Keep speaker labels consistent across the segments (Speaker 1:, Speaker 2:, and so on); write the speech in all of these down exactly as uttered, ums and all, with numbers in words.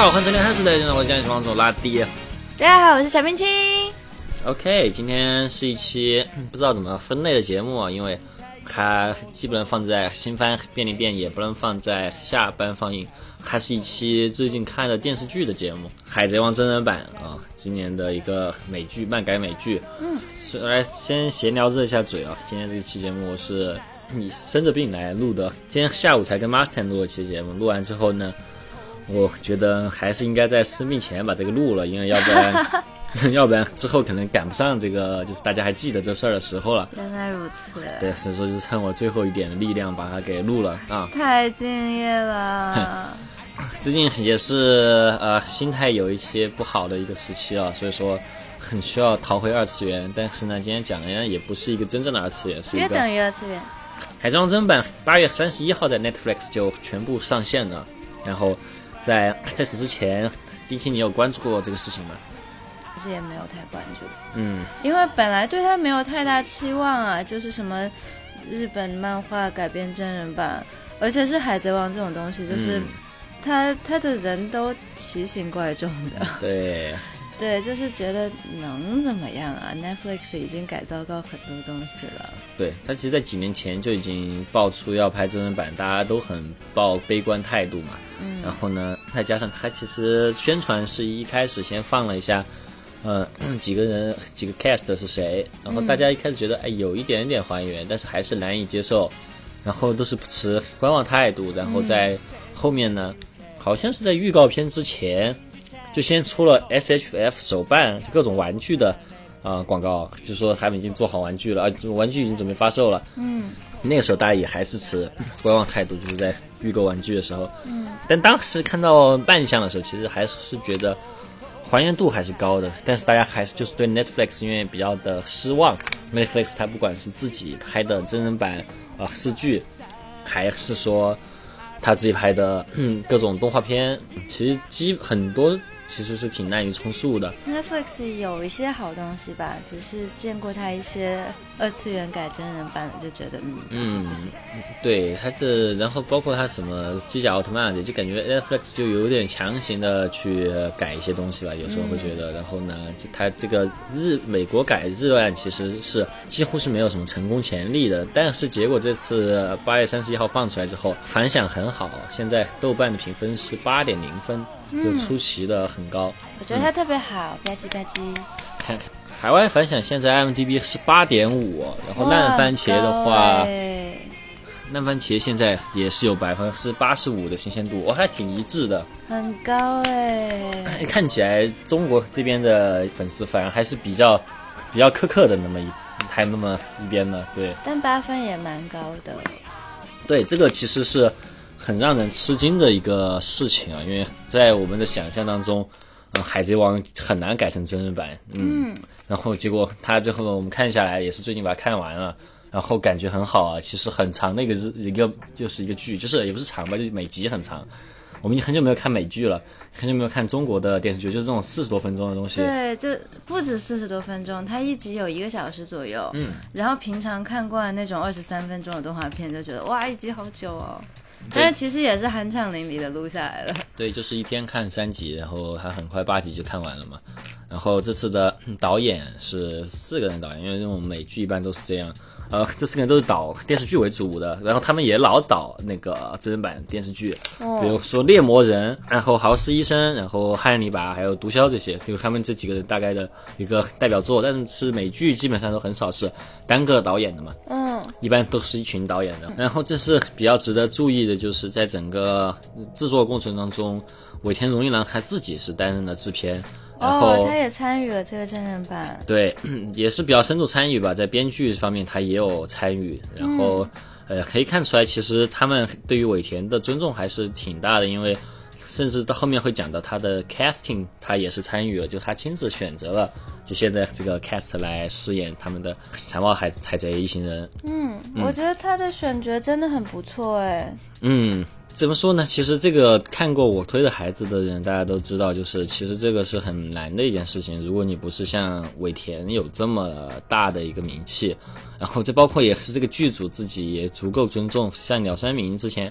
Speaker 1: 好，欢迎收听汉斯的，现在我讲什么走拉低。
Speaker 2: 大家好，我是小冰清。
Speaker 1: OK， 今天是一期不知道怎么分类的节目啊，因为它既不能放在新番便利店，也不能放在下班放映，它是一期最近看的电视剧的节目，《海贼王》真人版啊，今年的一个美剧，漫改美剧。嗯，来先闲聊这一下嘴啊，今天这一期节目我是你生着病来录的，今天下午才跟 Martin 录一期节目，录完之后呢，我觉得还是应该在生病前把这个录了，因为要不然要不然之后可能赶不上这个就是大家还记得这事儿的时候了。
Speaker 2: 原来如此。
Speaker 1: 对，所以说就趁我最后一点的力量把它给录了啊！
Speaker 2: 太敬业了。
Speaker 1: 最近也是呃心态有一些不好的一个时期啊，所以说很需要逃回二次元。但是呢，今天讲的呢也不是一个真正的二次元，是一个
Speaker 2: 约等于二次元。
Speaker 1: 海贼王真版八月三十一号在 Netflix 就全部上线了。然后在在此之前，冰淇你有关注过这个事情吗？
Speaker 2: 其实也没有太关注，
Speaker 1: 嗯，
Speaker 2: 因为本来对他没有太大期望啊，就是什么日本漫画改编真人版，而且是海贼王这种东西，就是他、嗯、他的人都奇形怪状的，
Speaker 1: 对
Speaker 2: 对，就是觉得能怎么样啊 ？Netflix 已经改糟糕很多东西了。
Speaker 1: 对，他其实在几年前就已经爆出要拍真人版，大家都很抱悲观态度嘛。嗯，然后呢，再加上他其实宣传是一开始先放了一下。嗯，几个人几个 cast 是谁？然后大家一开始觉得，哎，有一点点还原，但是还是难以接受，然后都是持观望态度。然后在后面呢，好像是在预告片之前，就先出了 S H F 手办各种玩具的啊、呃、广告，就说他们已经做好玩具了啊，玩具已经准备发售了。嗯，那个时候大家也还是持观望态度，就是在预购玩具的时候。嗯，但当时看到扮相的时候，其实还是觉得。还原度还是高的，但是大家还是就是对 Netflix 因为比较的失望。Netflix 它不管是自己拍的真人版啊视剧，还是说他自己拍的嗯各种动画片，其实基很多其实是挺滥竽充数的。
Speaker 2: Netflix 有一些好东西吧，只是见过他一些二次元改真人版的，就觉得嗯不行不行。
Speaker 1: 嗯、对他的，然后包括他什么机甲奥特曼的，就感觉 Netflix 就有点强行的去改一些东西吧，有时候会觉得。嗯、然后呢，他这个日美国改日版其实是几乎是没有什么成功潜力的，但是结果这次八月三十一号放出来之后，反响很好，现在豆瓣的评分是八点零分。就出奇的很高、嗯、
Speaker 2: 我觉得它特别好，吧唧吧唧。
Speaker 1: 看看海外反响现在 I M D B 是 八点五， 然后烂番茄的话，烂番茄现在也是有百分之八十五的新鲜度，我、哦、还挺一致的，
Speaker 2: 很高哎。
Speaker 1: 看起来中国这边的粉丝反而还是比较比较苛刻的那么一还那么一边呢，对。
Speaker 2: 但八分也蛮高的。
Speaker 1: 对，这个其实是很让人吃惊的一个事情啊，因为在我们的想象当中，嗯，海贼王很难改成真人版，嗯，嗯然后结果他最后我们看下来也是最近把它看完了，然后感觉很好啊，其实很长的一个日一个就是一个剧，就是也不是长吧，就是每集很长。我们已经很久没有看美剧了，很久没有看中国的电视剧，就是这种四十多分钟的东西。
Speaker 2: 对，这不止四十多分钟，它一集有一个小时左右。嗯，然后平常看惯那种二十三分钟的动画片，就觉得哇，一集好久哦。但是其实也是酣畅淋漓的录下来了。
Speaker 1: 对，就是一天看三集，然后他很快八集就看完了嘛。然后这次的导演是四个人导演，因为这种美剧一般都是这样。呃，这四个人都是导电视剧为主的，然后他们也老导那个真人版电视剧，哦、比如说猎魔人，然后豪斯医生，然后汉尼拔，还有毒枭这些，就他们这几个人大概的一个代表作。但是美剧基本上都很少是单个导演的嘛，嗯，一般都是一群导演的。然后这是比较值得注意的，就是在整个制作过程当中，尾田荣一郎他自己是担任了制片。然后
Speaker 2: 哦，他也参与了这个真人版，
Speaker 1: 对，也是比较深度参与吧，在编剧方面他也有参与，然后、嗯、呃，可以看出来，其实他们对于尾田的尊重还是挺大的，因为甚至到后面会讲到他的 casting， 他也是参与了，就他亲自选择了就现在这个 cast 来饰演他们的残暴海海贼一行人。
Speaker 2: 嗯，嗯我觉得他的选角真的很不错哎。
Speaker 1: 嗯。怎么说呢？其实这个看过我推的孩子的人，大家都知道，就是其实这个是很难的一件事情。如果你不是像尾田有这么大的一个名气，然后这包括也是这个剧组自己也足够尊重，像鸟山明之前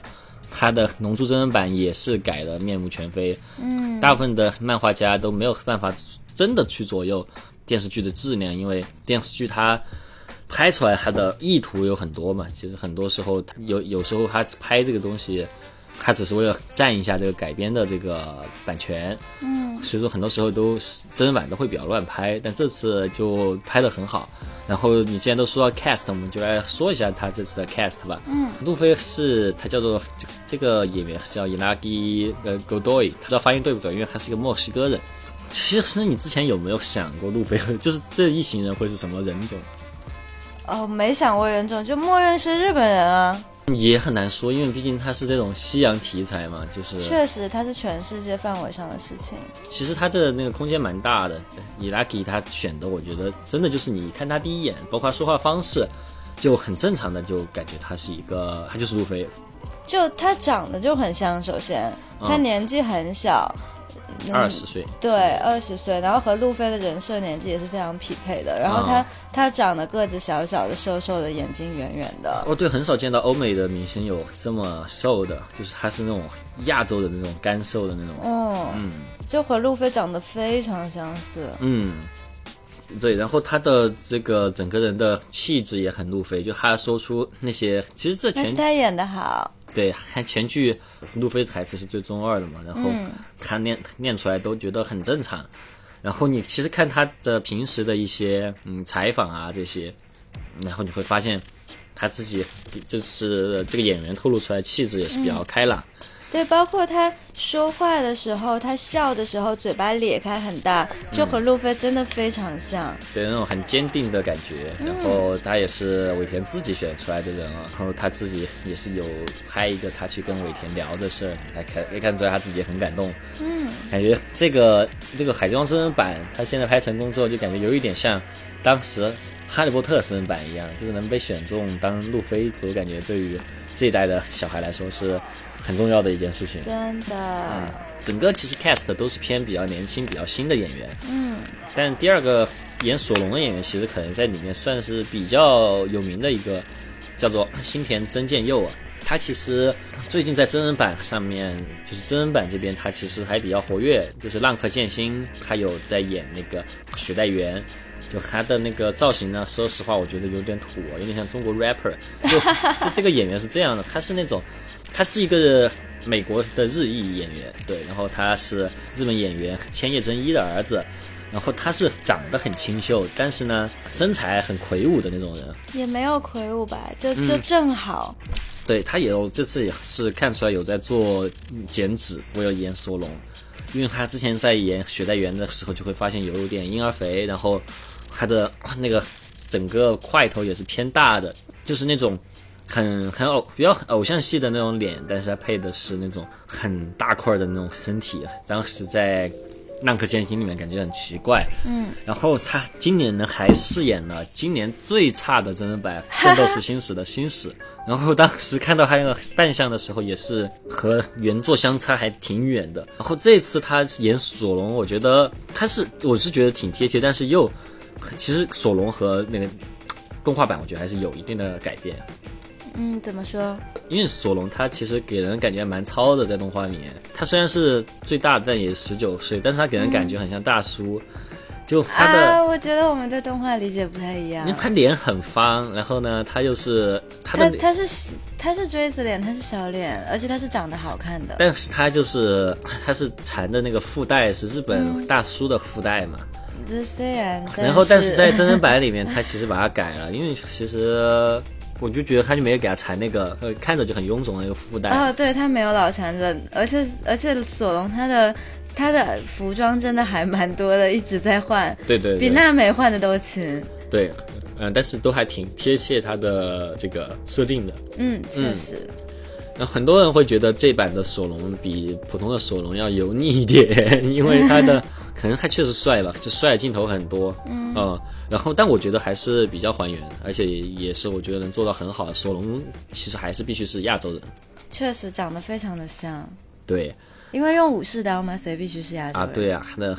Speaker 1: 他的龙珠真人版也是改的面目全非。
Speaker 2: 嗯，
Speaker 1: 大部分的漫画家都没有办法真的去左右电视剧的质量，因为电视剧它拍出来它的意图有很多嘛，其实很多时候有有时候他拍这个东西他只是为了占一下这个改编的这个版权，
Speaker 2: 嗯，
Speaker 1: 所以说很多时候都真人版都会比较乱拍，但这次就拍得很好。然后你既然都说到 cast， 我们就来说一下他这次的 cast 吧。
Speaker 2: 嗯，
Speaker 1: 路飞是他叫做这个演员叫 Inagi Godoy， 他不知道发音对不对，因为他是一个墨西哥人。其实你之前有没有想过路飞就是这一行人会是什么人种？
Speaker 2: 哦，没想过人种，就默认是日本人啊。
Speaker 1: 也很难说，因为毕竟它是这种西洋题材嘛，就是
Speaker 2: 确实它是全世界范围上的事情。
Speaker 1: 其实它的那个空间蛮大的，伊拉基他选的，我觉得真的就是你看他第一眼，包括他说话方式，就很正常的，就感觉他是一个，他就是路飞。
Speaker 2: 就他长得就很像，首先他年纪很小。
Speaker 1: 二十岁，
Speaker 2: 对，二十岁，然后和路飞的人设年纪也是非常匹配的。然后他、嗯、他长得个子小小的、瘦瘦的，眼睛圆圆的。
Speaker 1: 哦，对，很少见到欧美的明星有这么瘦的，就是他是那种亚洲的那种干瘦的那种。
Speaker 2: 哦，嗯，就和路飞长得非常相似。
Speaker 1: 嗯，对，然后他的这个整个人的气质也很路飞，就他说出那些，其实这全
Speaker 2: 那是他演的好。
Speaker 1: 对，看全剧路飞台词是最中二的嘛，然后他念、嗯、念出来都觉得很正常。然后你其实看他的平时的一些嗯采访啊这些，然后你会发现他自己就是这个演员透露出来气质也是比较开朗。
Speaker 2: 嗯，对，包括他说话的时候，他笑的时候嘴巴咧开很大，就和路飞真的非常像。
Speaker 1: 嗯、对，那种很坚定的感觉。然后他也是尾田自己选出来的人啊，然后他自己也是有拍一个他去跟尾田聊的事儿，还看也看出来他自己很感动。
Speaker 2: 嗯，
Speaker 1: 感觉这个这个海贼王真人版，他现在拍成功之后，就感觉有一点像当时哈利波特真人版一样，就是能被选中当路飞，我感觉对于这一代的小孩来说是很重要的一件事情。
Speaker 2: 真的。
Speaker 1: 嗯，整个其实 cast 都是偏比较年轻比较新的演员。
Speaker 2: 嗯，
Speaker 1: 但第二个演索隆的演员其实可能在里面算是比较有名的一个，叫做新田真剑佑啊。他其实最近在真人版上面，就是真人版这边他其实还比较活跃，就是浪客剑心他有在演那个雪代缘，就他的那个造型呢，说实话我觉得有点土，有点像中国 rapper。 就, 就这个演员是这样的，他是那种他是一个美国的日裔演员，对，然后他是日本演员千叶真一的儿子，然后他是长得很清秀，但是呢身材很魁梧的那种人。
Speaker 2: 也没有魁梧吧，就就正好。
Speaker 1: 嗯，对，他也有这次也是看出来有在做减脂，为了演索隆，因为他之前在演雪代缘的时候就会发现有点婴儿肥，然后他的那个整个块头也是偏大的，就是那种很很偶比较偶像系的那种脸，但是他配的是那种很大块的那种身体，当时在浪客剑心里面感觉很奇怪。
Speaker 2: 嗯，
Speaker 1: 然后他今年呢还饰演了今年最差的真人版《圣斗士星矢》的星矢，然后当时看到他那个扮相的时候也是和原作相差还挺远的。然后这次他演索隆，我觉得他是我是觉得挺贴切，但是又其实索隆和那个动画版我觉得还是有一定的改变。
Speaker 2: 嗯，怎么说？
Speaker 1: 因为索隆他其实给人感觉蛮糙的，在动画里面，他虽然是最大的，但也十九岁，但是他给人感觉很像大叔。嗯，就他的、
Speaker 2: 啊，我觉得我们对动画理解不太一样。
Speaker 1: 因为他脸很方，然后呢，他又是他的
Speaker 2: 他他是他是锥子脸，他是小脸，而且他是长得好看的。
Speaker 1: 但是他就是他是缠的那个腹带是日本大叔的腹带嘛。
Speaker 2: 这、嗯、虽然，
Speaker 1: 然后但是在真人版里面，他其实把它改了，因为其实。我就觉得他就没有给他缠那个呃看着就很臃肿的那个腹带。
Speaker 2: 哦，对，他没有老缠着，而且而且索隆他的他的服装真的还蛮多的，一直在换。
Speaker 1: 对 对, 对，
Speaker 2: 比娜美换的都勤。
Speaker 1: 对，嗯、呃，但是都还挺贴切他的这个设定的。
Speaker 2: 嗯，确实。
Speaker 1: 那、嗯、很多人会觉得这版的索隆比普通的索隆要油腻一点，因为他的可能他确实帅吧，就帅的镜头很多。嗯。呃然后但我觉得还是比较还原，而且也是我觉得能做到很好的。索隆其实还是必须是亚洲人，
Speaker 2: 确实长得非常的像。
Speaker 1: 对，
Speaker 2: 因为用武士刀嘛，所以必须是亚洲人
Speaker 1: 啊。对啊，他的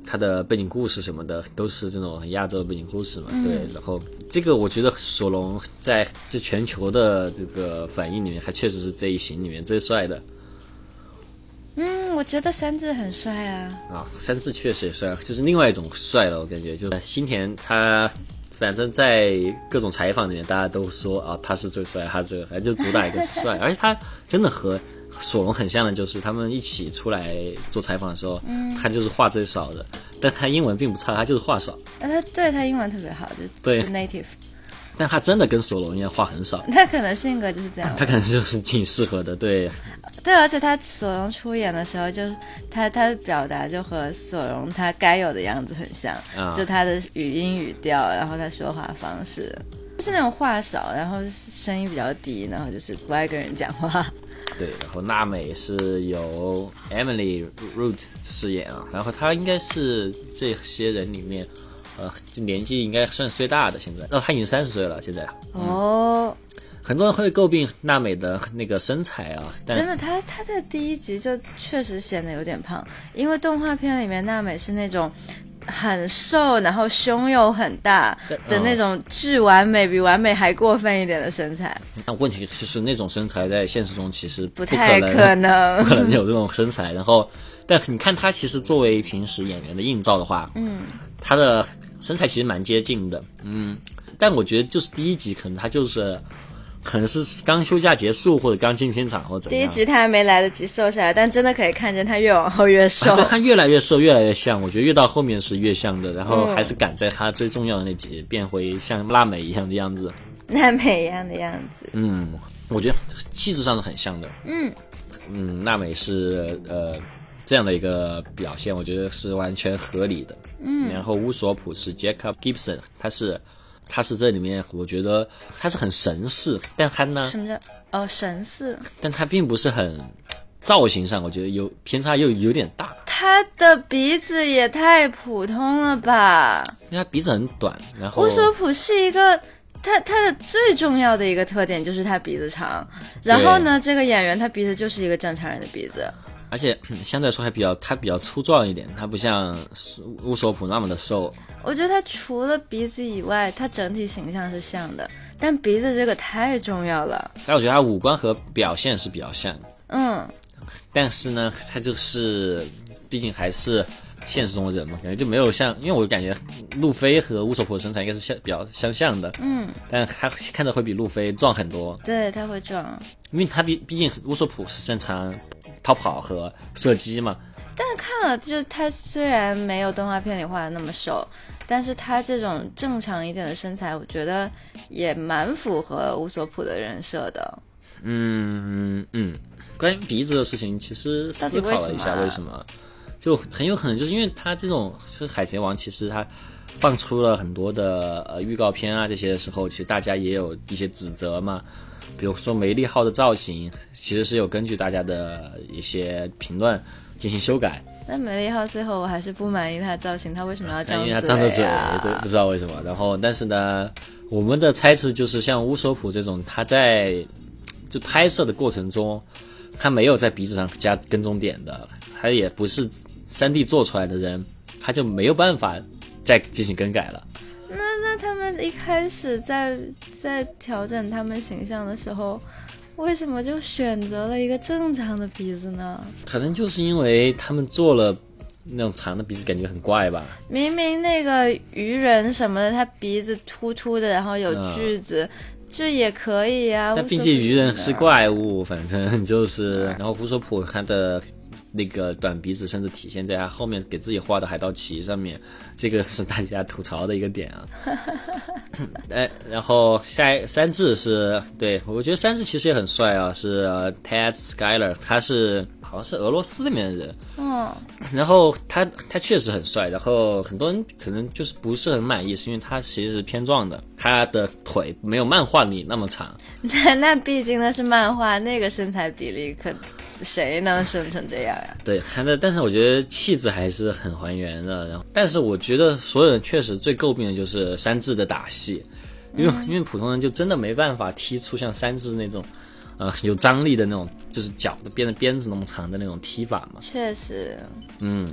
Speaker 1: 它的背景故事什么的都是这种亚洲背景故事嘛，嗯、对。然后这个我觉得索隆在这全球的这个反应里面，还确实是这一型里面最帅的。
Speaker 2: 嗯，我觉得山治很帅啊。
Speaker 1: 啊，山治确实也帅，就是另外一种帅了。我感觉就是新田他，反正在各种采访里面，大家都说啊他是最帅，他这个就主打一个是帅，而且他真的和索隆很像的，就是他们一起出来做采访的时候，嗯，他就是话最少的，但他英文并不差，他就是话少。
Speaker 2: 那他对他英文特别好，就
Speaker 1: 对
Speaker 2: 就 native。
Speaker 1: 但他真的跟索隆一样话很少，
Speaker 2: 他可能性格就是这样，
Speaker 1: 他可能就是挺适合的，对。
Speaker 2: 对，而且他索隆出演的时候，就是他他的表达就和索隆他该有的样子很像，啊、就他的语音语调，然后他说话方式，就是那种话少，然后声音比较低，然后就是不爱跟人讲话。
Speaker 1: 对，然后娜美是由 Emily Root 饰演啊，然后她应该是这些人里面。呃，年纪应该算最大的，现在，哦，他已经三十岁了，现在。
Speaker 2: 哦、嗯，
Speaker 1: 很多人会诟病娜美的那个身材啊，但
Speaker 2: 真的，她她在第一集就确实显得有点胖，因为动画片里面娜美是那种很瘦，然后胸又很大的那种巨完美，嗯、比完美还过分一点的身材。
Speaker 1: 那问题就是那种身材在现实中其实
Speaker 2: 不太可能，
Speaker 1: 不可能有这种身材。然后，但你看她其实作为平时演员的映照的话，嗯，她的身材其实蛮接近的，嗯，但我觉得就是第一集可能他就是可能是刚休假结束或者刚进片场或者怎么样。
Speaker 2: 第一集他还没来得及瘦下来，但真的可以看见他越往后越瘦，
Speaker 1: 啊、对，他越来越瘦，越来越像，我觉得越到后面是越像的，然后还是赶在他最重要的那集变回像娜美一样的样子，
Speaker 2: 娜美一样的样子。
Speaker 1: 嗯，我觉得气质上是很像的。嗯嗯，娜美是呃。这样的一个表现，我觉得是完全合理的。嗯，然后乌索普是 Jacob Gibson， 他是他是这里面我觉得他是很神似，但他呢，
Speaker 2: 什么叫哦神似？
Speaker 1: 但他并不是很造型上，我觉得有偏差又有点大。
Speaker 2: 他的鼻子也太普通了吧？
Speaker 1: 因为他鼻子很短，然后
Speaker 2: 乌索普是一个。他他的最重要的一个特点就是他鼻子长，然后呢，这个演员他鼻子就是一个正常人的鼻子。
Speaker 1: 而且相对来说还比较，他比较粗壮一点，他不像乌索普那么的瘦。
Speaker 2: 我觉得他除了鼻子以外，他整体形象是像的，但鼻子这个太重要了。
Speaker 1: 但我觉得他五官和表现是比较像的。
Speaker 2: 嗯，
Speaker 1: 但是呢，他就是毕竟还是现实中的人嘛，感觉就没有像，因为我感觉路飞和乌索普的身材应该是相比较相像的。嗯，但他看着会比路飞壮很多。
Speaker 2: 对，他会壮，
Speaker 1: 因为他毕毕竟乌索普是擅长逃跑和射击嘛，
Speaker 2: 但是看了就是他虽然没有动画片里画的那么瘦，但是他这种正常一点的身材，我觉得也蛮符合乌索普的人设的。
Speaker 1: 嗯嗯，关于鼻子的事情，其实思考了一下，为什么？就很有可能就是因为他这种就是海贼王，其实他放出了很多的呃预告片啊这些的时候，其实大家也有一些指责嘛。比如说梅利号的造型其实是有根据大家的一些评论进行修改，
Speaker 2: 但梅利号最后我还是不满意他的造型，他为什么要张嘴、啊、
Speaker 1: 因为他张着嘴，对，不知道为什么。然后但是呢，我们的猜测就是像乌索普这种，他在就拍摄的过程中他没有在鼻子上加跟踪点的，他也不是 三 D 做出来的人，他就没有办法再进行更改了。
Speaker 2: 那那他们一开始在在调整他们形象的时候，为什么就选择了一个正常的鼻子呢？
Speaker 1: 可能就是因为他们做了那种长的鼻子，感觉很怪吧。
Speaker 2: 明明那个鱼人什么的，他鼻子突突的，然后有锯子。嗯，这也可以啊，
Speaker 1: 但毕竟鱼人是怪物，反正就是，然后乌索普他的那个短鼻子甚至体现在他后面给自己画的海盗旗上面，这个是大家吐槽的一个点啊。哎，然后下三治是对，我觉得三治其实也很帅啊，是 Ted Skyler， 他是好像是俄罗斯那边的人。嗯，然后他他确实很帅，然后很多人可能就是不是很满意，是因为他其实是偏壮的，他的腿没有漫画里那么长。
Speaker 2: 那那毕竟那是漫画，那个身材比例可谁能生成这样呀？
Speaker 1: 对，但是我觉得气质还是很还原的。然后，但是我觉得所有人确实最诟病的就是三治的打戏，因为、嗯、因为普通人就真的没办法踢出像三治那种，呃，有张力的那种，就是脚的编的鞭子那么长的那种踢法嘛。
Speaker 2: 确实，
Speaker 1: 嗯，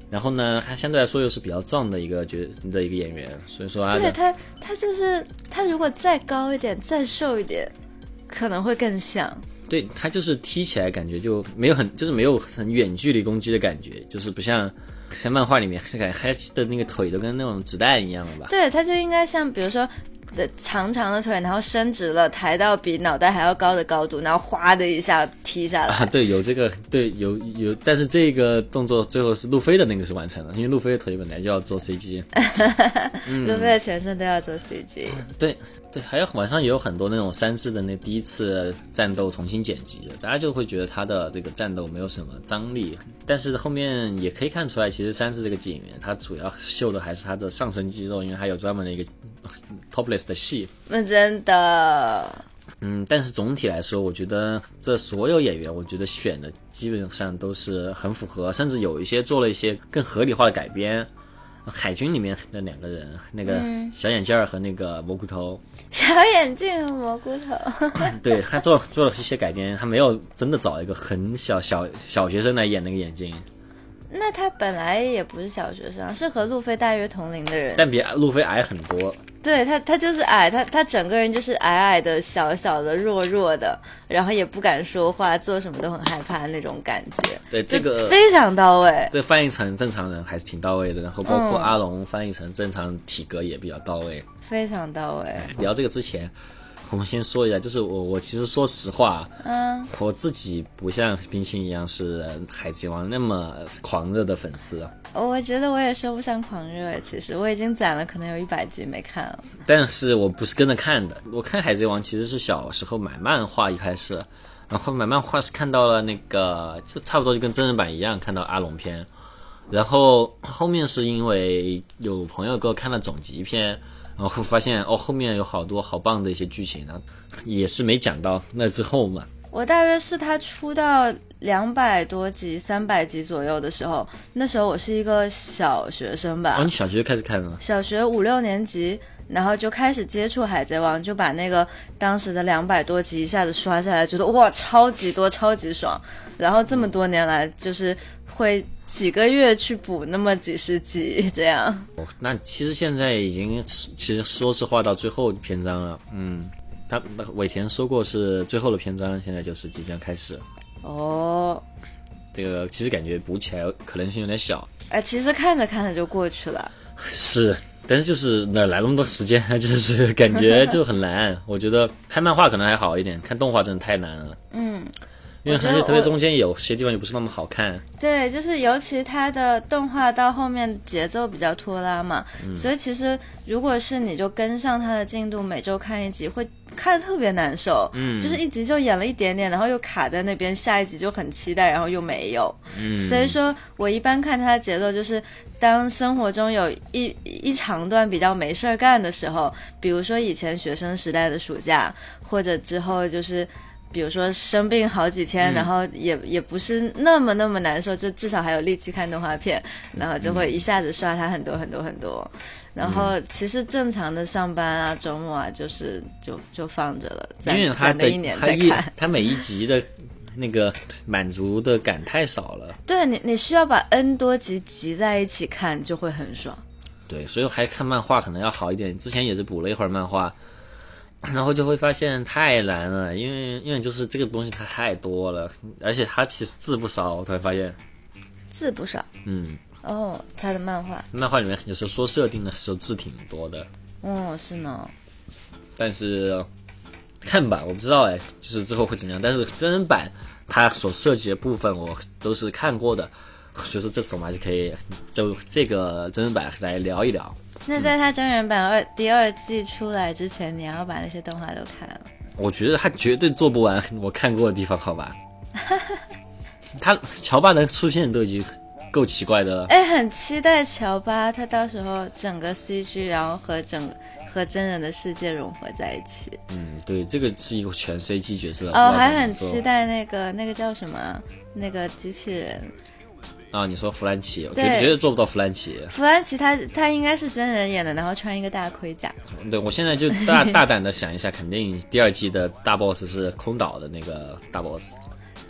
Speaker 1: 然后呢，他相对来说又是比较壮的一个角的一个演员，所以说他
Speaker 2: 对他他就是他如果再高一点再瘦一点可能会更像。
Speaker 1: 对，他就是踢起来感觉就没有很就是没有很远距离攻击的感觉，就是不像像漫画里面感觉他的那个腿都跟那种子弹一样了吧。
Speaker 2: 对，他就应该像比如说长长的腿，然后伸直了，抬到比脑袋还要高的高度，然后哗的一下踢下来。
Speaker 1: 啊，对，有这个，对，有有，但是这个动作最后是路飞的那个是完成了，因为路飞的腿本来就要做 C G，
Speaker 2: 嗯、路飞的全身都要做 C G。
Speaker 1: 对对，还有网上也有很多那种三世的那第一次战斗重新剪辑，大家就会觉得他的这个战斗没有什么张力，但是后面也可以看出来，其实三世这个演员他主要秀的还是他的上身肌肉，因为他有专门的一个 topless 的戏。
Speaker 2: 那真的。
Speaker 1: 嗯，但是总体来说，我觉得这所有演员，我觉得选的基本上都是很符合，甚至有一些做了一些更合理化的改编。海军里面的两个人，那个小眼镜儿和那个蘑菇头，
Speaker 2: 小眼镜和蘑菇头，
Speaker 1: 对，他做做了一些改编，他没有真的找一个很小小小学生来演那个眼镜。
Speaker 2: 那他本来也不是小学生，是和路飞大约同龄的人，
Speaker 1: 但比路飞矮很多。
Speaker 2: 对他，他就是矮，他他整个人就是矮矮的、小小的、弱弱的，然后也不敢说话，做什么都很害怕那种感觉。
Speaker 1: 对，这个
Speaker 2: 非常到位。
Speaker 1: 这翻译成正常人还是挺到位的，然后包括阿龙翻译成正常体格也比较到位，
Speaker 2: 嗯、非常到位。
Speaker 1: 聊这个之前，我们先说一下，就是我我其实说实话，
Speaker 2: 嗯，
Speaker 1: 我自己不像冰心一样是海贼王那么狂热的粉丝。
Speaker 2: 我觉得我也说不上狂热，其实我已经攒了可能有一百集没看了。
Speaker 1: 但是我不是跟着看的，我看海贼王其实是小时候买漫画一开始，然后买漫画是看到了那个就差不多就跟真人版一样，看到阿龙篇，然后后面是因为有朋友给我看了总集篇，然后发现哦后面有好多好棒的一些剧情呢，也是没讲到那之后嘛。
Speaker 2: 我大约是他出到两百多集、三百集左右的时候，那时候我是一个小学生吧。
Speaker 1: 哦，你小学开始看了？
Speaker 2: 小学五六年级，然后就开始接触海贼王，就把那个当时的两百多集一下子刷下来，觉得哇超级多，超级爽。然后这么多年来，就是会几个月去补那么几十集这样。
Speaker 1: 哦，那其实现在已经其实说实话到最后篇章了，嗯。他尾田说过是最后的篇章，现在就是即将开始。
Speaker 2: 哦，
Speaker 1: 这个其实感觉补起来可能性有点小。
Speaker 2: 哎，其实看着看着就过去了。
Speaker 1: 是，但是就是哪来那么多时间，就是感觉就很难。我觉得看漫画可能还好一点，看动画真的太难了。
Speaker 2: 嗯。
Speaker 1: 因为而且特别中间有些地方也不是那么好看。
Speaker 2: 对，就是尤其它的动画到后面节奏比较拖拉嘛，嗯、所以其实如果是你就跟上它的进度，每周看一集会看得特别难受。嗯，就是一集就演了一点点，然后又卡在那边，下一集就很期待，然后又没有。嗯，所以说我一般看它的节奏就是当生活中有一一长段比较没事儿干的时候，比如说以前学生时代的暑假，或者之后就是比如说生病好几天，嗯、然后也也不是那么那么难受，就至少还有力气看动画片，然后就会一下子刷它很多很多很多。然后其实正常的上班啊、周末啊，就是就就放着了，
Speaker 1: 因为它
Speaker 2: 的一年再看。
Speaker 1: 它每一集的那个满足的感太少了。
Speaker 2: 对，你你需要把 N 多集集在一起看，就会很爽。
Speaker 1: 对，所以还看漫画可能要好一点。之前也是补了一会儿漫画。然后就会发现太难了，因为因为就是这个东西它太多了，而且它其实字不少。我突然发现
Speaker 2: 字不少，
Speaker 1: 嗯，
Speaker 2: 哦，他的漫画，
Speaker 1: 漫画里面有时候说设定的时候字挺多的，
Speaker 2: 哦，是呢。
Speaker 1: 但是看吧，我不知道哎，就是之后会怎样。但是真人版它所涉及的部分我都是看过的，所以说这次我们还是可以就这个真人版来聊一聊。
Speaker 2: 那在他真人版二、嗯、第二季出来之前，你要把那些动画都看了。
Speaker 1: 我觉得他绝对做不完我看过的地方，好吧？他乔巴能出现都已经够奇怪的了。
Speaker 2: 哎，很期待乔巴他到时候整个 C G， 然后和整个和真人的世界融合在一起。
Speaker 1: 嗯，对，这个是一个全 C G 角色。
Speaker 2: 哦，还很期待那个那个叫什么那个机器人。
Speaker 1: 啊，你说弗兰奇，我觉得绝对做不到弗兰奇。
Speaker 2: 弗兰奇他他应该是真人演的，然后穿一个大盔甲。
Speaker 1: 对，我现在就大大胆的想一下，肯定第二季的大 boss 是空岛的那个大 boss。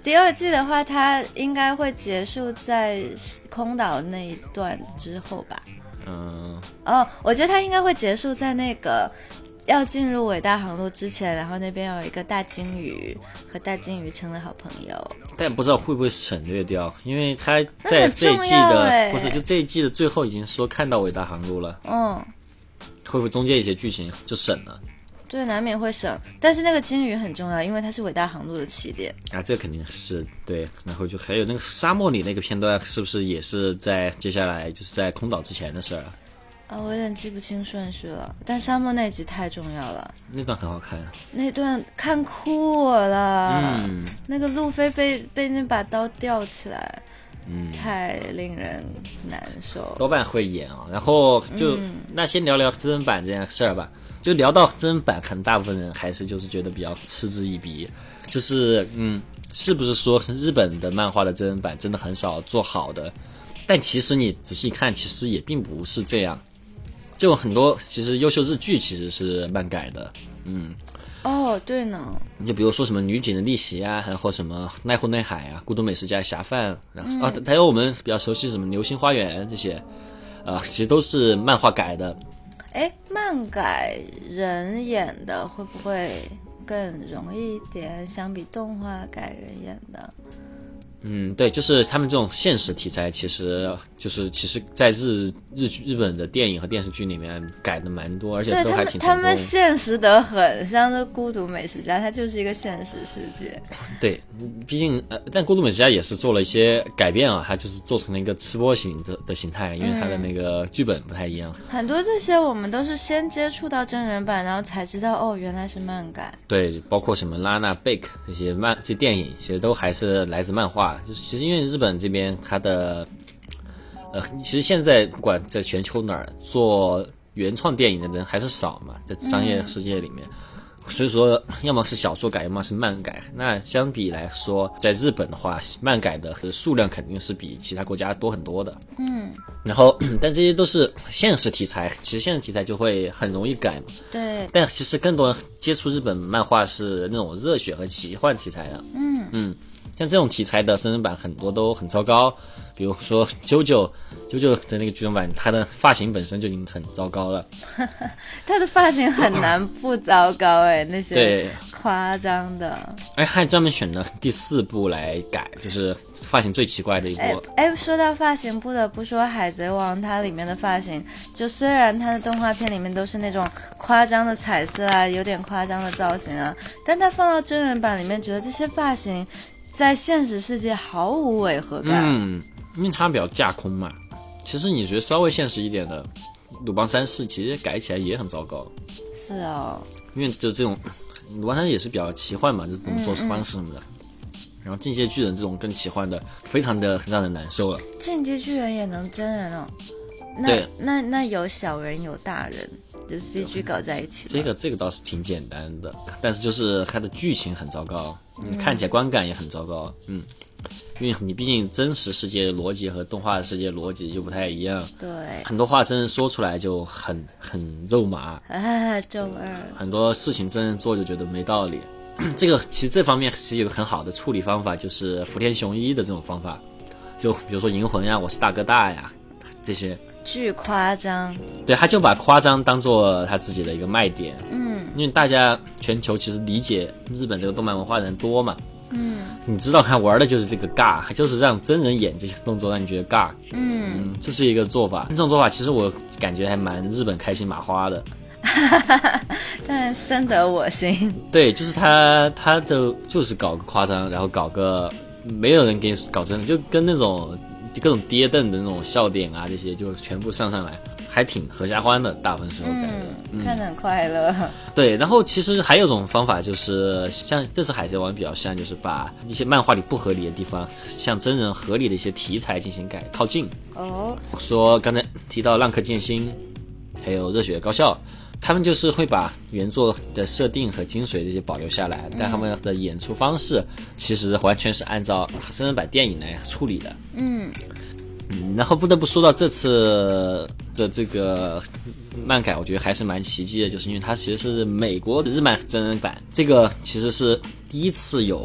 Speaker 2: 第二季的话，它应该会结束在空岛那一段之后吧。
Speaker 1: 嗯，
Speaker 2: 哦，我觉得它应该会结束在那个要进入伟大航路之前，然后那边有一个大鲸鱼，和大鲸鱼成了好朋友。
Speaker 1: 但不知道会不会省略掉，因为他在这一季的不是就这一季的最后已经说看到伟大航路了。
Speaker 2: 嗯，
Speaker 1: 会不会中间一些剧情就省了？
Speaker 2: 对，难免会省，但是那个鲸鱼很重要，因为它是伟大航路的起点
Speaker 1: 啊，这肯定是对。然后就还有那个沙漠里那个片段，是不是也是在接下来就是在空岛之前的事儿
Speaker 2: 啊？我有点记不清顺序了，但沙漠那集太重要了，
Speaker 1: 那段很好看，
Speaker 2: 那段看哭我了。
Speaker 1: 嗯，
Speaker 2: 那个路飞被被那把刀吊起来，
Speaker 1: 嗯，
Speaker 2: 太令人难受。
Speaker 1: 多半会演啊，然后就、嗯、那先聊聊真人版这件事儿吧。就聊到真人版，可能大部分人还是就是觉得比较嗤之以鼻，就是嗯，是不是说日本的漫画的真人版真的很少做好的？但其实你仔细看，其实也并不是这样。就很多其实优秀日剧其实是漫改的，嗯。
Speaker 2: 哦，对呢。
Speaker 1: 就比如说什么女警的逆袭啊，还有什么濑户内海啊、孤独美食家侠饭，然后、嗯、啊，还有我们比较熟悉什么流星花园这些，呃，其实都是漫画改的。
Speaker 2: 哎，漫改人演的会不会更容易一点，相比动画改人演的？
Speaker 1: 嗯，对，就是他们这种现实题材，其实就是其实，在日日日本的电影和电视剧里面改的蛮多，而且都还挺成功。
Speaker 2: 他们他们现实得很，像这《孤独美食家》，它就是一个现实世界。
Speaker 1: 对，毕竟呃，但《孤独美食家》也是做了一些改变啊，它就是做成了一个吃播型的的形态，因为它的那个剧本不太一样。
Speaker 2: 嗯、很多这些我们都是先接触到真人版，然后才知道哦，原来是漫改。
Speaker 1: 对，包括什么拉娜贝克这些漫这些电影，其实都还是来自漫画。就是其实因为日本这边它的，呃，其实现在不管在全球哪儿做原创电影的人还是少嘛，在商业世界里面，嗯、所以说要么是小说改，要么是漫改。那相比来说，在日本的话，漫改的数量肯定是比其他国家多很多的。
Speaker 2: 嗯，
Speaker 1: 然后但这些都是现实题材，其实现实题材就会很容易改嘛。
Speaker 2: 对。
Speaker 1: 但其实更多人接触日本漫画是那种热血和奇幻题材的。
Speaker 2: 嗯
Speaker 1: 嗯。像这种题材的真人版很多都很糟糕，比如说九九九九的那个剧场版，它的发型本身就已经很糟糕了。
Speaker 2: 它的发型很难不糟糕哎，那些夸张的。
Speaker 1: 哎，还专门选了第四部来改，就是发型最奇怪的一部。
Speaker 2: 哎，说到发型，不得不说《海贼王》它里面的发型，就虽然它的动画片里面都是那种夸张的彩色啊，有点夸张的造型啊，但它放到真人版里面，觉得这些发型在现实世界毫无违和感。
Speaker 1: 嗯，因为它比较架空嘛。其实你觉得稍微现实一点的鲁邦三世，其实改起来也很糟糕。
Speaker 2: 是哦，
Speaker 1: 因为就这种鲁邦三世也是比较奇幻嘛，就这种做事方式什么的。嗯嗯，然后进阶巨人这种更奇幻的，非常的让人难受了。
Speaker 2: 进阶巨人也能真人哦？那
Speaker 1: 对，
Speaker 2: 那那有小人有大人，就 C G 搞在一起。
Speaker 1: 这个这个倒是挺简单的，但是就是它的剧情很糟糕，你看起来观感也很糟糕。嗯，因为你毕竟真实世界的逻辑和动画世界逻辑就不太一样。
Speaker 2: 对，
Speaker 1: 很多话真人说出来就很很肉麻
Speaker 2: 啊，中二。很
Speaker 1: 多事情真人做就觉得没道理。这个其实这方面其实有个很好的处理方法，就是福田雄一的这种方法，就比如说银魂呀，我是大哥大呀，这些
Speaker 2: 巨夸张。
Speaker 1: 对，他就把夸张当做他自己的一个卖点。
Speaker 2: 嗯，
Speaker 1: 因为大家全球其实理解日本这个动漫文化的人多嘛。
Speaker 2: 嗯，
Speaker 1: 你知道他玩的就是这个尬，就是让真人演这些动作让你觉得尬。
Speaker 2: 嗯,
Speaker 1: 嗯，这是一个做法。这种做法其实我感觉还蛮日本开心麻花的。
Speaker 2: 但深得我心。
Speaker 1: 对，就是他他的就是搞个夸张，然后搞个没有人给你搞真的，就跟那种各种跌凳的那种笑点啊，这些就全部上上来，还挺合家欢的，大部分时候感觉、
Speaker 2: 嗯、看得很快乐。
Speaker 1: 对，然后其实还有一种方法，就是像这次海贼王比较像，就是把一些漫画里不合理的地方，像真人合理的一些题材进行改靠近。
Speaker 2: 哦，
Speaker 1: 说刚才提到浪客剑心还有热血高校，他们就是会把原作的设定和精髓这些保留下来，但他们的演出方式其实完全是按照真人版电影来处理的。
Speaker 2: 嗯
Speaker 1: 嗯，然后不得不说到这次的这个漫改，我觉得还是蛮奇迹的，就是因为它其实是美国的日漫真人版，这个其实是第一次有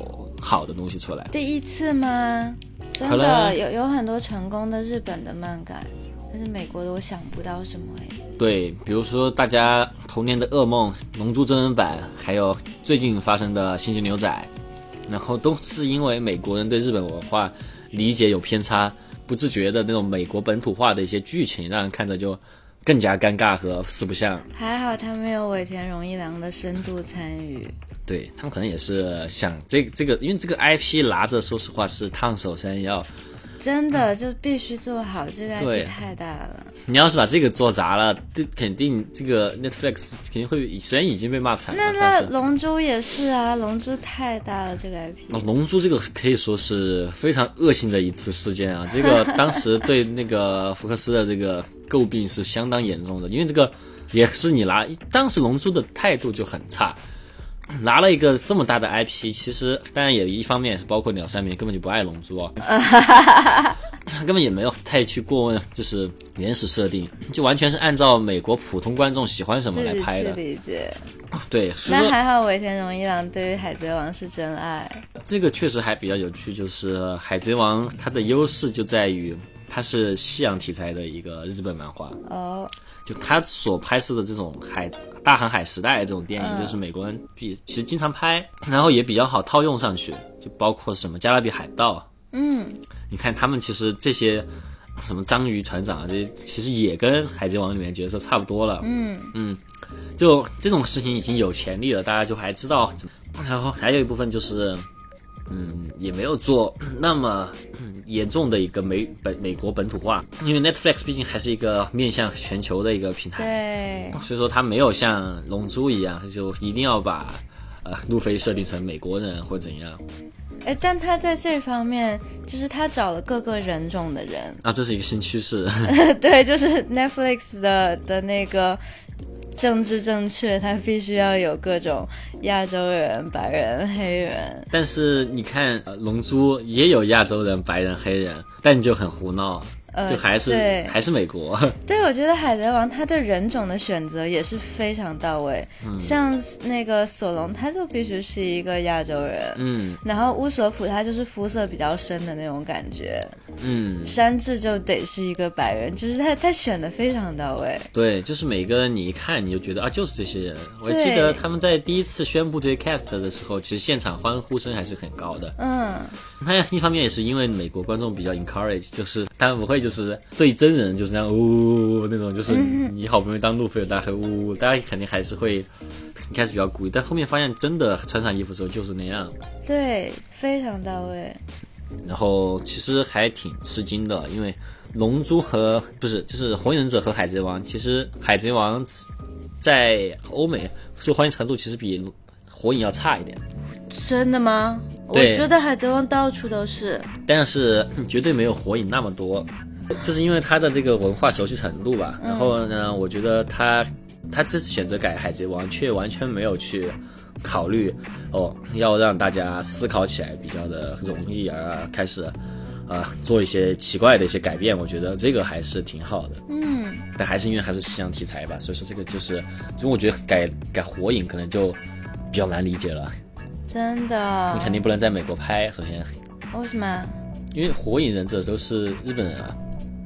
Speaker 1: 好的东西出来。
Speaker 2: 第一次吗？真的有有很多成功的日本的漫改，但是美国的我想不到什么哎。
Speaker 1: 对，比如说大家童年的噩梦《龙珠》真人版，还有最近发生的《星际牛仔》，然后都是因为美国人对日本文化理解有偏差，不自觉的那种美国本土化的一些剧情，让人看着就更加尴尬和四不像。
Speaker 2: 还好他没有尾田荣一郎的深度参与。
Speaker 1: 对，他们可能也是想这这个，因为这个 I P 拿着，说实话是烫手山药，
Speaker 2: 真的就必须做好，这个 I P 太大了。
Speaker 1: 你要是把这个做砸了，肯定这个 Netflix 肯定会，虽然已经被骂惨了。
Speaker 2: 那那龙珠也是啊，龙珠太大了，这个 I P。
Speaker 1: 龙珠这个可以说是非常恶性的一次事件啊，这个当时对那个福克斯的这个诟病是相当严重的，因为这个也是你拿，当时龙珠的态度就很差。拿了一个这么大的 I P， 其实当然也一方面也是包括鸟山明根本就不爱龙珠哦，他根本也没有太去过问就是原始设定，就完全是按照美国普通观众喜欢什么来拍的。
Speaker 2: 自己去理解。
Speaker 1: 对，
Speaker 2: 那还好尾田荣一郎对于海贼王是真爱。
Speaker 1: 这个确实还比较有趣，就是海贼王它的优势就在于它是西洋题材的一个日本漫画
Speaker 2: 哦，
Speaker 1: 就他所拍摄的这种海大航海时代这种电影，
Speaker 2: 嗯、
Speaker 1: 就是美国人比其实经常拍，然后也比较好套用上去，就包括什么加勒比海盗，
Speaker 2: 嗯，
Speaker 1: 你看他们其实这些什么章鱼船长啊，这些其实也跟海贼王里面角色差不多了，
Speaker 2: 嗯
Speaker 1: 嗯，就这种事情已经有潜力了，大家就还知道，然后还有一部分就是。嗯，也没有做那么严重的一个美本美国本土化，因为 Netflix 毕竟还是一个面向全球的一个平台，
Speaker 2: 对，
Speaker 1: 所以说它没有像龙珠一样，就一定要把呃路飞设定成美国人或怎样。
Speaker 2: 哎，但他在这方面，就是他找了各个人种的人
Speaker 1: 啊，这是一个新趋势。
Speaker 2: 对，就是 Netflix 的的那个。政治正确，它必须要有各种亚洲人、白人、黑人。
Speaker 1: 但是你看，呃，龙珠也有亚洲人、白人、黑人，但就很胡闹。
Speaker 2: 呃、
Speaker 1: 就还是还是美国。
Speaker 2: 对，我觉得海贼王他对人种的选择也是非常到位，嗯、像那个索隆他就必须是一个亚洲人，
Speaker 1: 嗯，
Speaker 2: 然后乌索普他就是肤色比较深的那种感觉，
Speaker 1: 嗯，
Speaker 2: 山治就得是一个白人，就是他他选的非常到位。
Speaker 1: 对，就是每个人你一看你就觉得啊，就是这些人。我记得他们在第一次宣布这些 cast 的时候，其实现场欢呼声还是很高的。
Speaker 2: 嗯，
Speaker 1: 那一方面也是因为美国观众比较 encourage， 就是他们不会就是对真人就是那样呜那种，就是你好不容易当路飞，大家会呜，大家肯定还是会一开始比较故意，但后面发现真的穿上衣服的时候就是那样。
Speaker 2: 对，非常到位。
Speaker 1: 然后其实还挺吃惊的，因为龙珠和不是就是火影忍者和海贼王，其实海贼王在欧美受欢迎程度其实比火影要差一点。
Speaker 2: 真的吗？我觉得海贼王到处都是，
Speaker 1: 但是绝对没有火影那么多，就是因为他的这个文化熟悉程度吧。然后呢，我觉得他他这次选择改海贼王，却完全没有去考虑哦，要让大家思考起来比较的容易，而开始呃做一些奇怪的一些改变。我觉得这个还是挺好的。
Speaker 2: 嗯，
Speaker 1: 但还是因为还是西洋题材吧，所以说这个就是，所以我觉得改改火影可能就比较难理解了。
Speaker 2: 真的，
Speaker 1: 你肯定不能在美国拍，首先。
Speaker 2: 为什么？
Speaker 1: 因为火影忍者都是日本人啊。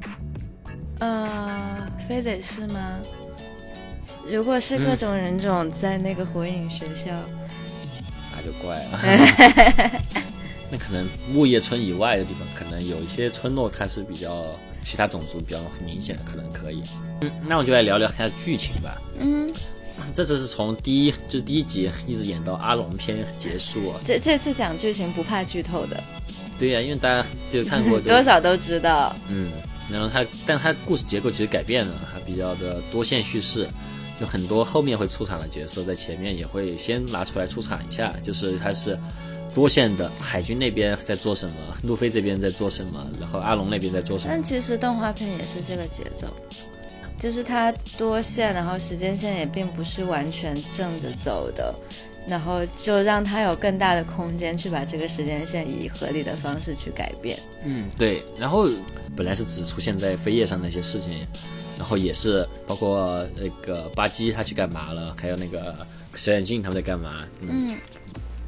Speaker 2: 呃，非得是吗？如果是各种人种在那个火影学校，嗯、
Speaker 1: 那就怪了。那可能木叶村以外的地方，可能有一些村落它是比较其他种族比较明显的，可能可以。嗯，那我就来聊聊它的剧情吧。
Speaker 2: 嗯。
Speaker 1: 这次是从第一就第一集一直演到阿龙篇结束啊。
Speaker 2: 这这次讲剧情不怕剧透的。
Speaker 1: 对呀、啊，因为大家就看过
Speaker 2: 多少都知道。
Speaker 1: 嗯，然后它，但它故事结构其实改变了，它比较的多线叙事，就很多后面会出场的角色在前面也会先拿出来出场一下，就是它是多线的，海军那边在做什么，路飞这边在做什么，然后阿龙那边在做什么。
Speaker 2: 但其实动画片也是这个节奏。就是它多线，然后时间线也并不是完全正着走的，然后就让它有更大的空间去把这个时间线以合理的方式去改变。
Speaker 1: 嗯，对。然后本来是只出现在扉页上的一些事情，然后也是包括那个巴基他去干嘛了，还有那个小眼镜他们在干嘛。嗯。嗯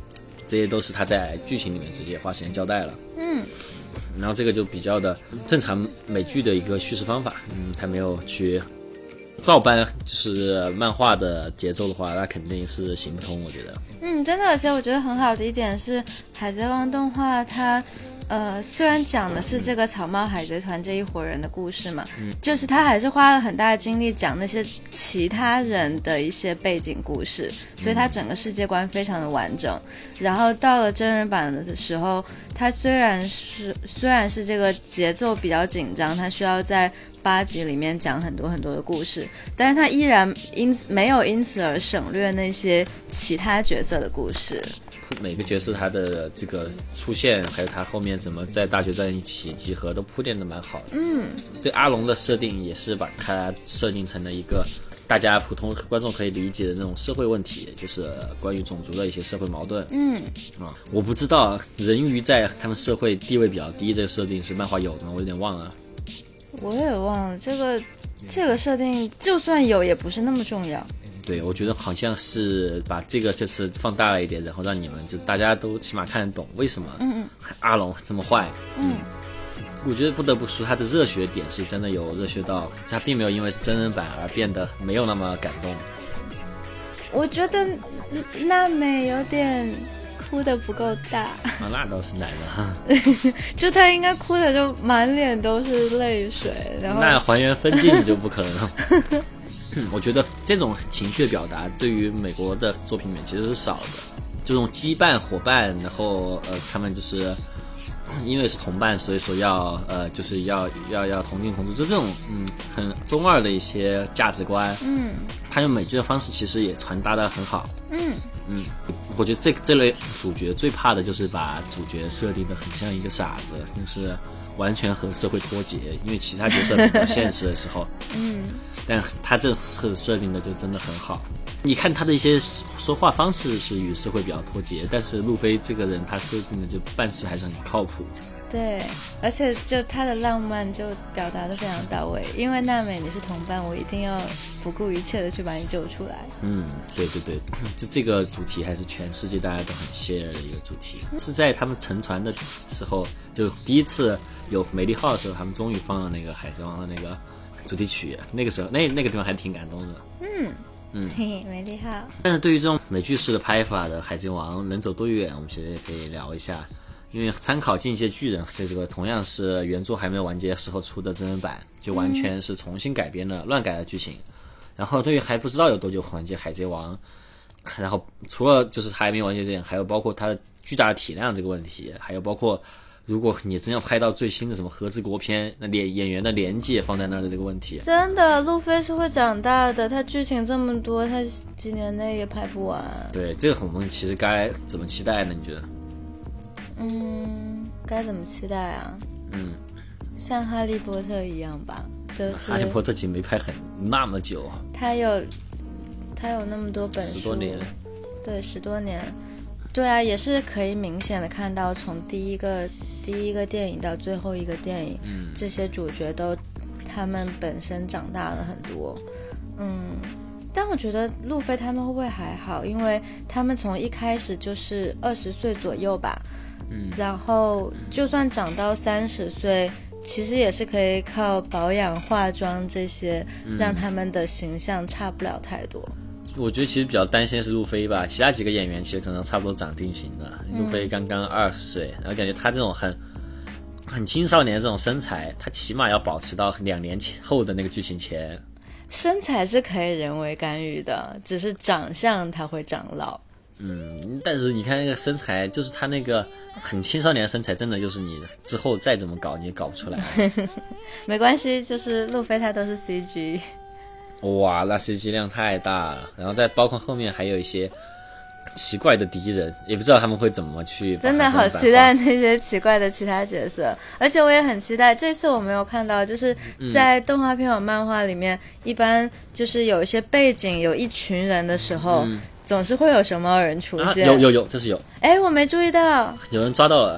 Speaker 1: 这些都是他在剧情里面直接花时间交代了。
Speaker 2: 嗯，
Speaker 1: 然后这个就比较的正常美剧的一个叙事方法，嗯，他没有去照搬就是漫画的节奏的话，那肯定是行不通，我觉得。
Speaker 2: 嗯，真的，而且我觉得很好的一点是，海贼王动画它。呃，虽然讲的是这个草帽海贼团这一伙人的故事嘛，嗯，就是他还是花了很大的精力讲那些其他人的一些背景故事，所以他整个世界观非常的完整。然后到了真人版的时候，他虽然是虽然是这个节奏比较紧张，他需要在八集里面讲很多很多的故事，但是他依然因此没有因此而省略那些其他角色的故事。
Speaker 1: 每个角色他的这个出现，还有他后面怎么在大决战一起集合，都铺垫的蛮好的。
Speaker 2: 嗯，
Speaker 1: 对阿龙的设定也是把他设定成了一个大家普通观众可以理解的那种社会问题，就是关于种族的一些社会矛盾。
Speaker 2: 嗯
Speaker 1: 啊，我不知道人鱼在他们社会地位比较低这个设定是漫画有的吗？我有点忘了。
Speaker 2: 我也忘了这个这个设定，就算有也不是那么重要。
Speaker 1: 对，我觉得好像是把这个这次放大了一点，然后让你们就大家都起码看得懂为什么阿龙这么坏。
Speaker 2: 嗯，
Speaker 1: 我觉得不得不说他的热血点是真的有热血到，他并没有因为是真人版而变得没有那么感动。
Speaker 2: 我觉得娜美有点哭的不够大
Speaker 1: 啊，那倒是奶了
Speaker 2: 就他应该哭的就满脸都是泪水，然后
Speaker 1: 那还原分镜就不可能了我觉得这种情绪的表达对于美国的作品里面其实是少的，这种羁绊伙伴，然后呃他们就是因为是同伴，所以说要呃就是要要要同进同出，就这种嗯很中二的一些价值观，
Speaker 2: 嗯，
Speaker 1: 他用美剧的方式其实也传达的很好。
Speaker 2: 嗯
Speaker 1: 嗯，我觉得这这类主角最怕的就是把主角设定的很像一个傻子，就是完全和社会脱节，因为其他角色比较现实的时候，
Speaker 2: 嗯，
Speaker 1: 但他这次设定的就真的很好。你看他的一些说话方式是与社会比较脱节，但是路飞这个人他设定的就办事还是很靠谱。
Speaker 2: 对，而且就他的浪漫就表达的非常到位，因为娜美你是同伴，我一定要不顾一切的去把你救出来。
Speaker 1: 嗯，对对对，就这个主题还是全世界大家都很 share 的一个主题，是在他们沉船的时候，就第一次有美丽号的时候，他们终于放了那个海贼王的那个主题曲，那个时候那那个地方还挺感动的。
Speaker 2: 嗯
Speaker 1: 嗯，
Speaker 2: 嘿嘿，美丽号。
Speaker 1: 但是对于这种美剧式的拍法的海贼王能走多远，我们其实也可以聊一下。因为参考《进击的巨人》这个同样是原作还没有完结时候出的真人版，就完全是重新改编了、乱改的剧情。然后对于还不知道有多久完结海贼王，然后除了就是还没完结这样，还有包括它的巨大的体量这个问题，还有包括如果你真要拍到最新的什么和之国篇，那演演员的年纪也放在那儿的这个问题。
Speaker 2: 真的，路飞是会长大的，他剧情这么多，他几年内也拍不完。
Speaker 1: 对，这个我们其实该怎么期待呢？你觉得？
Speaker 2: 嗯，该怎么期待啊？
Speaker 1: 嗯，
Speaker 2: 像哈利波特一样吧，就是
Speaker 1: 哈利波特其实没拍很那么久，
Speaker 2: 他有他有那么多本书，
Speaker 1: 十多年，
Speaker 2: 对，十多年，对啊，也是可以明显的看到从第一个第一个电影到最后一个电影，
Speaker 1: 嗯，
Speaker 2: 这些主角都他们本身长大了很多，嗯。但我觉得路飞他们会不会还好，因为他们从一开始就是二十岁左右吧，
Speaker 1: 嗯，
Speaker 2: 然后就算长到三十岁，其实也是可以靠保养、化妆这些，让他们的形象差不了太多。
Speaker 1: 我觉得其实比较担心的是路飞吧，其他几个演员其实可能差不多长定型的。路飞刚刚二十岁，然后感觉他这种很很青少年的这种身材，他起码要保持到两年前后的那个剧情前。
Speaker 2: 身材是可以人为干预的，只是长相它会长老。
Speaker 1: 嗯，但是你看那个身材，就是他那个很青少年的身材，真的就是你之后再怎么搞你也搞不出来。
Speaker 2: 没关系，就是路飞他都是 C G。
Speaker 1: 哇，那 C G 量太大了，然后再包括后面还有一些奇怪的敌人，也不知道他们会怎么去。
Speaker 2: 真的好期待那些奇怪的其他角色，而且我也很期待这次我没有看到，就是在动画片或漫画里面，嗯、一般就是有一些背景有一群人的时候，嗯、总是会有熊猫人出现。
Speaker 1: 啊、有有有，这是有。
Speaker 2: 哎，我没注意到。
Speaker 1: 有人抓到了。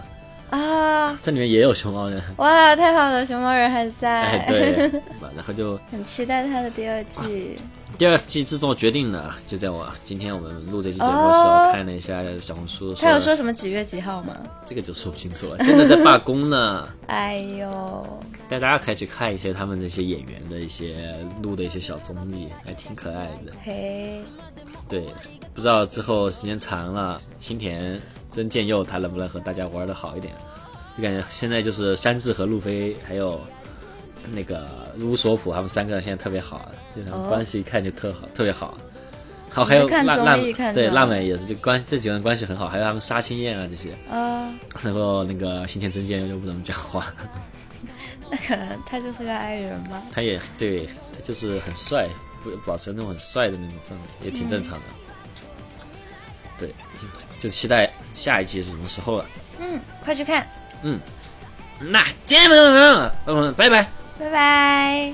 Speaker 2: 啊，
Speaker 1: 这里面也有熊猫人。
Speaker 2: 哇，太好了，熊猫人还在。
Speaker 1: 哎，对，然后就
Speaker 2: 很期待他的第二季。
Speaker 1: 第二季制作决定了，就在我今天我们录这期节目的时候、哦、看了一下小红书，
Speaker 2: 他有说什么几月几号吗？
Speaker 1: 这个就说不清楚了，现在在罢工呢。
Speaker 2: 哎呦，
Speaker 1: 但大家可以去看一些他们这些演员的一些录的一些小综艺，还挺可爱的。
Speaker 2: 嘿，
Speaker 1: 对，不知道之后时间长了，新田真剑佑他能不能和大家玩的好一点？就感觉现在就是山治和路飞还有那个乌索普他们三个现在特别好，就他们关系一看就特好、哦、特别好。好，还有辣辣对辣美也是，就关这几个人关系很好，还有他们杀青燕啊这些。啊、哦。然后那个新田真剑又不怎么讲话。
Speaker 2: 那可能他就是个爱人吧。
Speaker 1: 他也对，他就是很帅，不保持那种很帅的那种氛围，也挺正常的。嗯、对，就期待下一季是什么时候了。
Speaker 2: 嗯，快去看。
Speaker 1: 嗯，那今天朋友们，嗯，拜拜，
Speaker 2: 拜拜。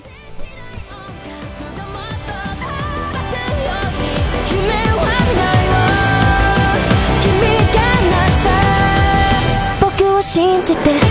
Speaker 2: 信じて